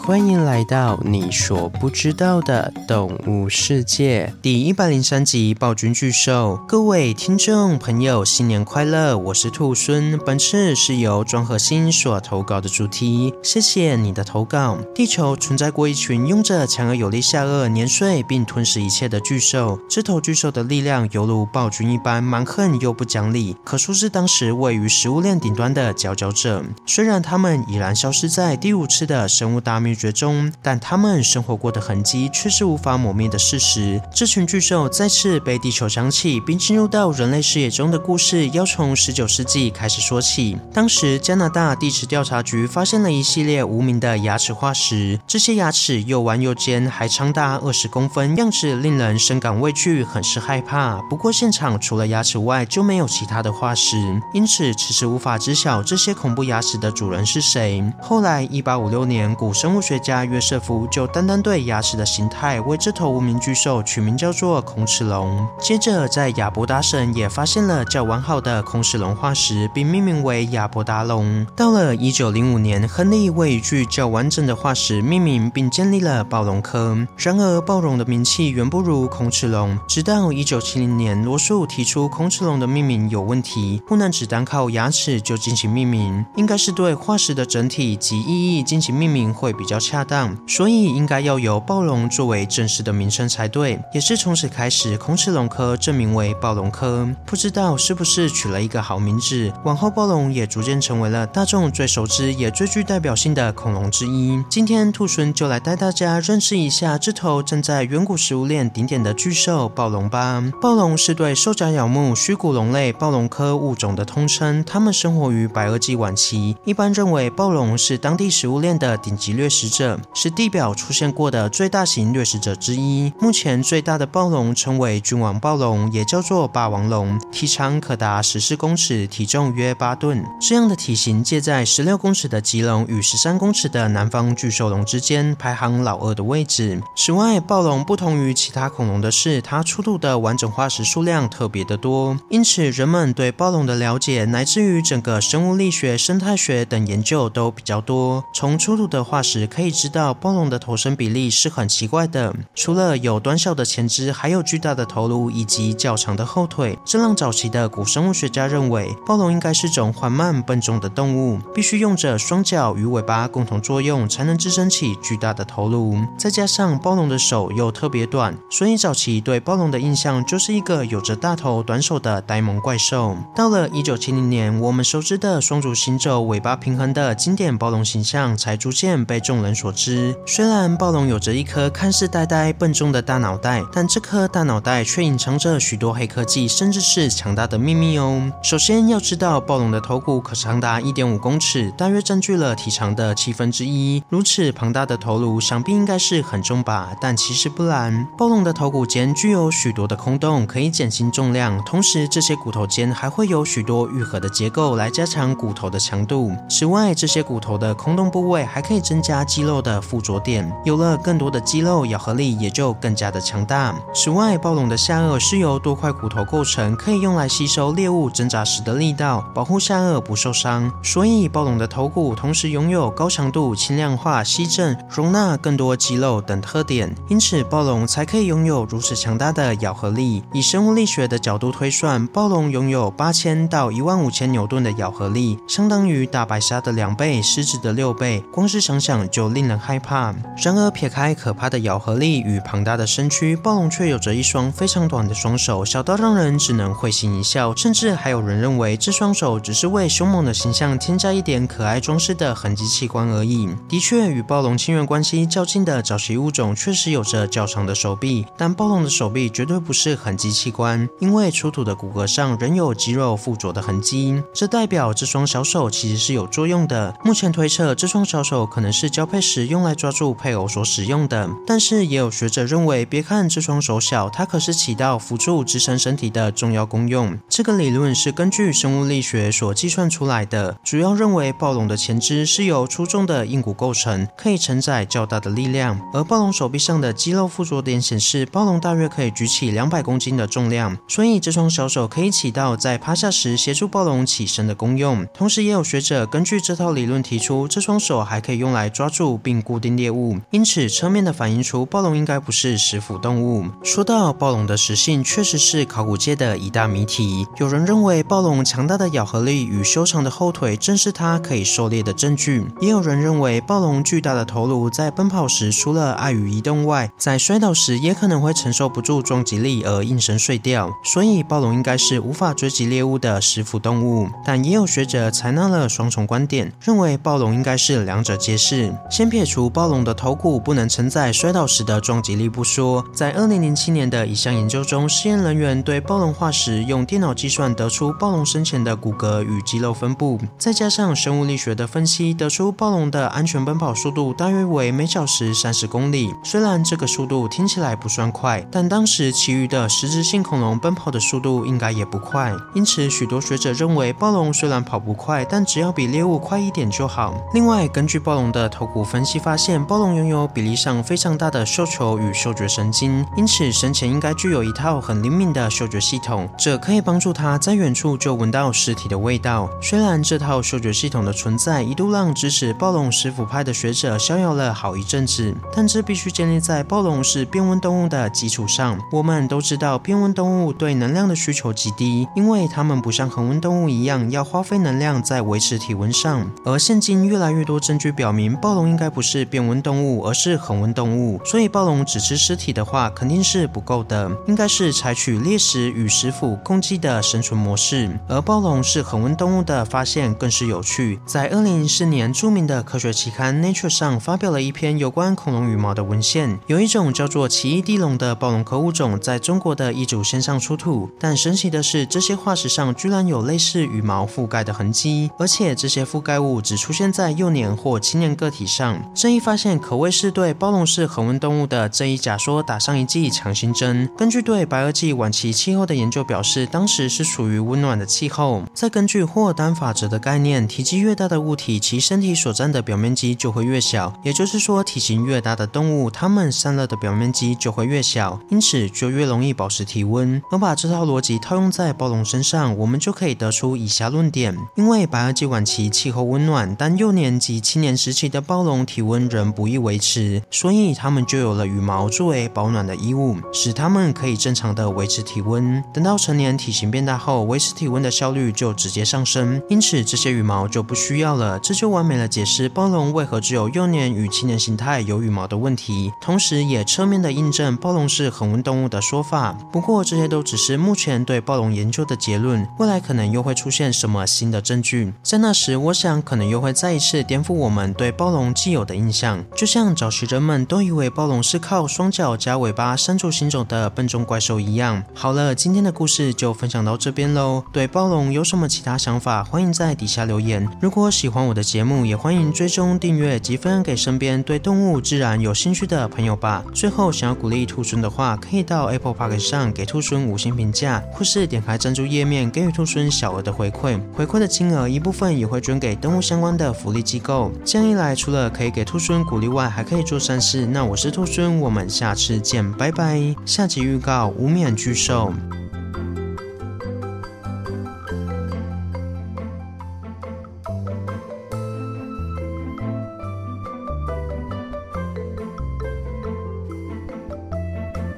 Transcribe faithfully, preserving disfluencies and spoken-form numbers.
欢迎来到你所不知道的动物世界第一百零三集暴君巨兽。各位听众朋友，新年快乐！我是兔孙，本次是由庄和新所投稿的主题，谢谢你的投稿。地球存在过一群用着强而有力下颚碾碎并吞噬一切的巨兽，这头巨兽的力量犹如暴君一般蛮横又不讲理，可说是当时位于食物链顶端的佼佼者。虽然他们已然消失在第五次的生物大灭绝中，但他们生活过的痕迹却是无法抹灭的事实。这群巨兽再次被地球想起并进入到人类视野中的故事要从十九世纪开始说起。当时加拿大地质调查局发现了一系列无名的牙齿化石，这些牙齿又弯又尖，还长达二十公分，样子令人深感畏惧，很是害怕。不过现场除了牙齿外就没有其他的化石，因此迟迟无法知晓这些恐怖牙齿的主人是谁。后来一八五六年，古生物学家约瑟夫就单单对牙齿的形态为这头无名巨兽取名叫做孔齿龙。接着在亚伯达省也发现了较完好的孔齿龙化石，并命名为亚伯达龙。到了一九零五年，亨利为一具较完整的化石命名并建立了暴龙科。然而暴龙的名气远不如孔齿龙，直到一九七零年，罗素提出孔齿龙的命名有问题，不能只单靠牙齿就进行命名，应该是对化石的整体及意义进行命名会比较恰当，所以应该要由暴龙作为正式的名称才对。也是从此开始，孔齿龙科正名为暴龙科。不知道是不是取了一个好名字，往后暴龙也逐渐成为了大众最熟知也最具代表性的恐龙之一。今天兔孙就来带大家认识一下这头站在远古食物链顶点的巨兽暴龙吧。暴龙是对兽脚咬目须骨龙类暴龙科物种的通称，它们生活于白垩纪晚期。一般认为暴龙是当地食物链的顶级掠食者，是地表出现过的最大型掠食者之一。目前最大的暴龙称为君王暴龙，也叫做霸王龙，体长可达十四公尺，体重约八吨。这样的体型介在十六公尺的棘龙与十三公尺的南方巨兽龙之间，排行老二的位置。此外，暴龙不同于其他恐龙的是，它出土的完整化石数量特别的多，因此人们对暴龙的了解乃至于整个生物力学、生态学等研究都比较多。从出土的化石可以知道，暴龙的头身比例是很奇怪的，除了有短小的前肢，还有巨大的头颅以及较长的后腿，这让早期的古生物学家认为暴龙应该是种缓慢笨重的动物，必须用着双脚与尾巴共同作用才能支撑起巨大的头颅。再加上暴龙的手又特别短，所以早期对暴龙的印象就是一个有着大头短手的呆萌怪兽。到了一九七零年，我们熟知的双足行走、尾巴平衡的经典暴龙形象才逐渐被众人所知。虽然暴龙有着一颗看似呆呆笨重的大脑袋，但这颗大脑袋却隐藏着许多黑科技，甚至是强大的秘密哦。首先要知道，暴龙的头骨可长达 一点五公尺，大约占据了体长的七分之一。如此庞大的头颅，想必应该是很重吧？但其实不然。暴龙的头骨间具有许多的空洞，可以减轻重量，同时这些骨头间还会有许多愈合的结构来加强骨头的强度。此外，这些骨头的空洞部位还可以增加肌肉的附着点，有了更多的肌肉，咬合力也就更加的强大。此外，暴龙的下颚是由多块骨头构成，可以用来吸收猎物挣扎时的力道，保护下颚不受伤。所以暴龙的头骨同时拥有高强度、轻量化、吸震、容纳更多肌肉等特点，因此暴龙才可以拥有如此强大的咬合力。以生物力学的角度推算，暴龙拥有八千到一万五千牛顿的咬合力，相当于大白鲨的两倍、狮子的六倍，光是想想就令人害怕。然而撇开可怕的咬合力与庞大的身躯，暴龙却有着一双非常短的双手，小到让人只能会心一笑，甚至还有人认为这双手只是为凶猛的形象添加一点可爱装饰的痕迹器官而已。的确，与暴龙亲缘关系较近的早期物种确实有着较长的手臂，但暴龙的手臂绝对不是痕迹器官，因为出土的骨骼上仍有肌肉附着的痕迹，这代表这双小手其实是有作用的。目前推测这双小手可能是交配时用来抓住配偶所使用的，但是也有学者认为，别看这双手小，它可是起到辅助支撑身体的重要功用。这个理论是根据生物力学所计算出来的，主要认为暴龙的前肢是由粗重的硬骨构成，可以承载较大的力量，而暴龙手臂上的肌肉附着点显示，暴龙大约可以举起两百公斤的重量，所以这双小手可以起到在趴下时协助暴龙起身的功用。同时也有学者根据这套理论提出，这双手还可以用来抓住并固定猎物，因此侧面的反映出暴龙应该不是食腐动物。说到暴龙的食性，确实是考古界的一大谜题。有人认为暴龙强大的咬合力与修长的后腿正是它可以狩猎的证据，也有人认为暴龙巨大的头颅在奔跑时除了碍于移动外，在摔倒时也可能会承受不住撞击力而应声碎掉，所以暴龙应该是无法追击猎物的食腐动物。但也有学者采纳了双重观点，认为暴龙应该是两者皆是。先撇除暴龙的头骨不能承载摔倒时的撞击力不说，在二零零七年的一项研究中，实验人员对暴龙化石用电脑计算得出暴龙生前的骨骼与肌肉分布，再加上生物力学的分析，得出暴龙的安全奔跑速度大约为每小时三十公里。虽然这个速度听起来不算快，但当时其余的食植性恐龙奔跑的速度应该也不快，因此许多学者认为暴龙虽然跑不快，但只要比猎物快一点就好。另外，根据暴龙的头骨分析发现，暴龙拥有比例上非常大的嗅球与嗅觉神经，因此生前应该具有一套很灵敏的嗅觉系统，这可以帮助它在远处就闻到尸体的味道。虽然这套嗅觉系统的存在一度让支持暴龙食腐派的学者逍遥了好一阵子，但这必须建立在暴龙是变温动物的基础上。我们都知道变温动物对能量的需求极低，因为它们不像恒温动物一样要花费能量在维持体温上，而现今越来越多证据表明暴龙应该不是变温动物，而是恒温动物，所以暴龙只吃尸体的话肯定是不够的，应该是采取猎食与食腐共济的生存模式。而暴龙是恒温动物的发现更是有趣，在二零零四年著名的科学期刊 Nature 上发表了一篇有关恐龙羽毛的文献，有一种叫做奇异地龙的暴龙科物种在中国的异祖线上出土，但神奇的是这些化石上居然有类似羽毛覆盖的痕迹，而且这些覆盖物只出现在幼年或青年个体上。这一发现可谓是对暴龙是恒温动物的这一假说打上一剂强心针。根据对白垩纪晚期气候的研究表示，当时是属于温暖的气候，再根据霍尔丹法则的概念，体积越大的物体其身体所占的表面积就会越小，也就是说体型越大的动物它们散热的表面积就会越小，因此就越容易保持体温。而把这套逻辑套用在暴龙身上，我们就可以得出以下论点：因为白垩纪晚期气候温暖，但幼年及青年时期的暴龙体温仍不易维持，所以它们就有了羽毛作为保暖的衣物，使它们可以正常的维持体温。等到成年体型变大后，维持体温的效率就直接上升，因此这些羽毛就不需要了，这就完美了解释暴龙为何只有幼年与青年形态有羽毛的问题，同时也侧面的印证暴龙是恒温动物的说法。不过这些都只是目前对暴龙研究的结论，未来可能又会出现什么新的证据，在那时我想可能又会再一次颠覆我们对暴龙既有的印象，就像早期人们都以为暴龙是靠双脚加尾巴三足行走的笨重怪兽一样。好了，今天的故事就分享到这边咯，对暴龙有什么其他想法，欢迎在底下留言。如果喜欢我的节目，也欢迎追踪订阅及分享给身边对动物自然有兴趣的朋友吧。最后想要鼓励兔孙的话，可以到 Apple Podcast 上给兔孙五星评价，或是点开赞助页面给予兔孙小额的回馈，回馈的金额一部分也会捐给动物相关的福利机构。这样一来，除了可以给兔孙鼓励外，还可以做善事。那我是兔孙，我们下次见，拜拜。下集预告：无冕巨兽。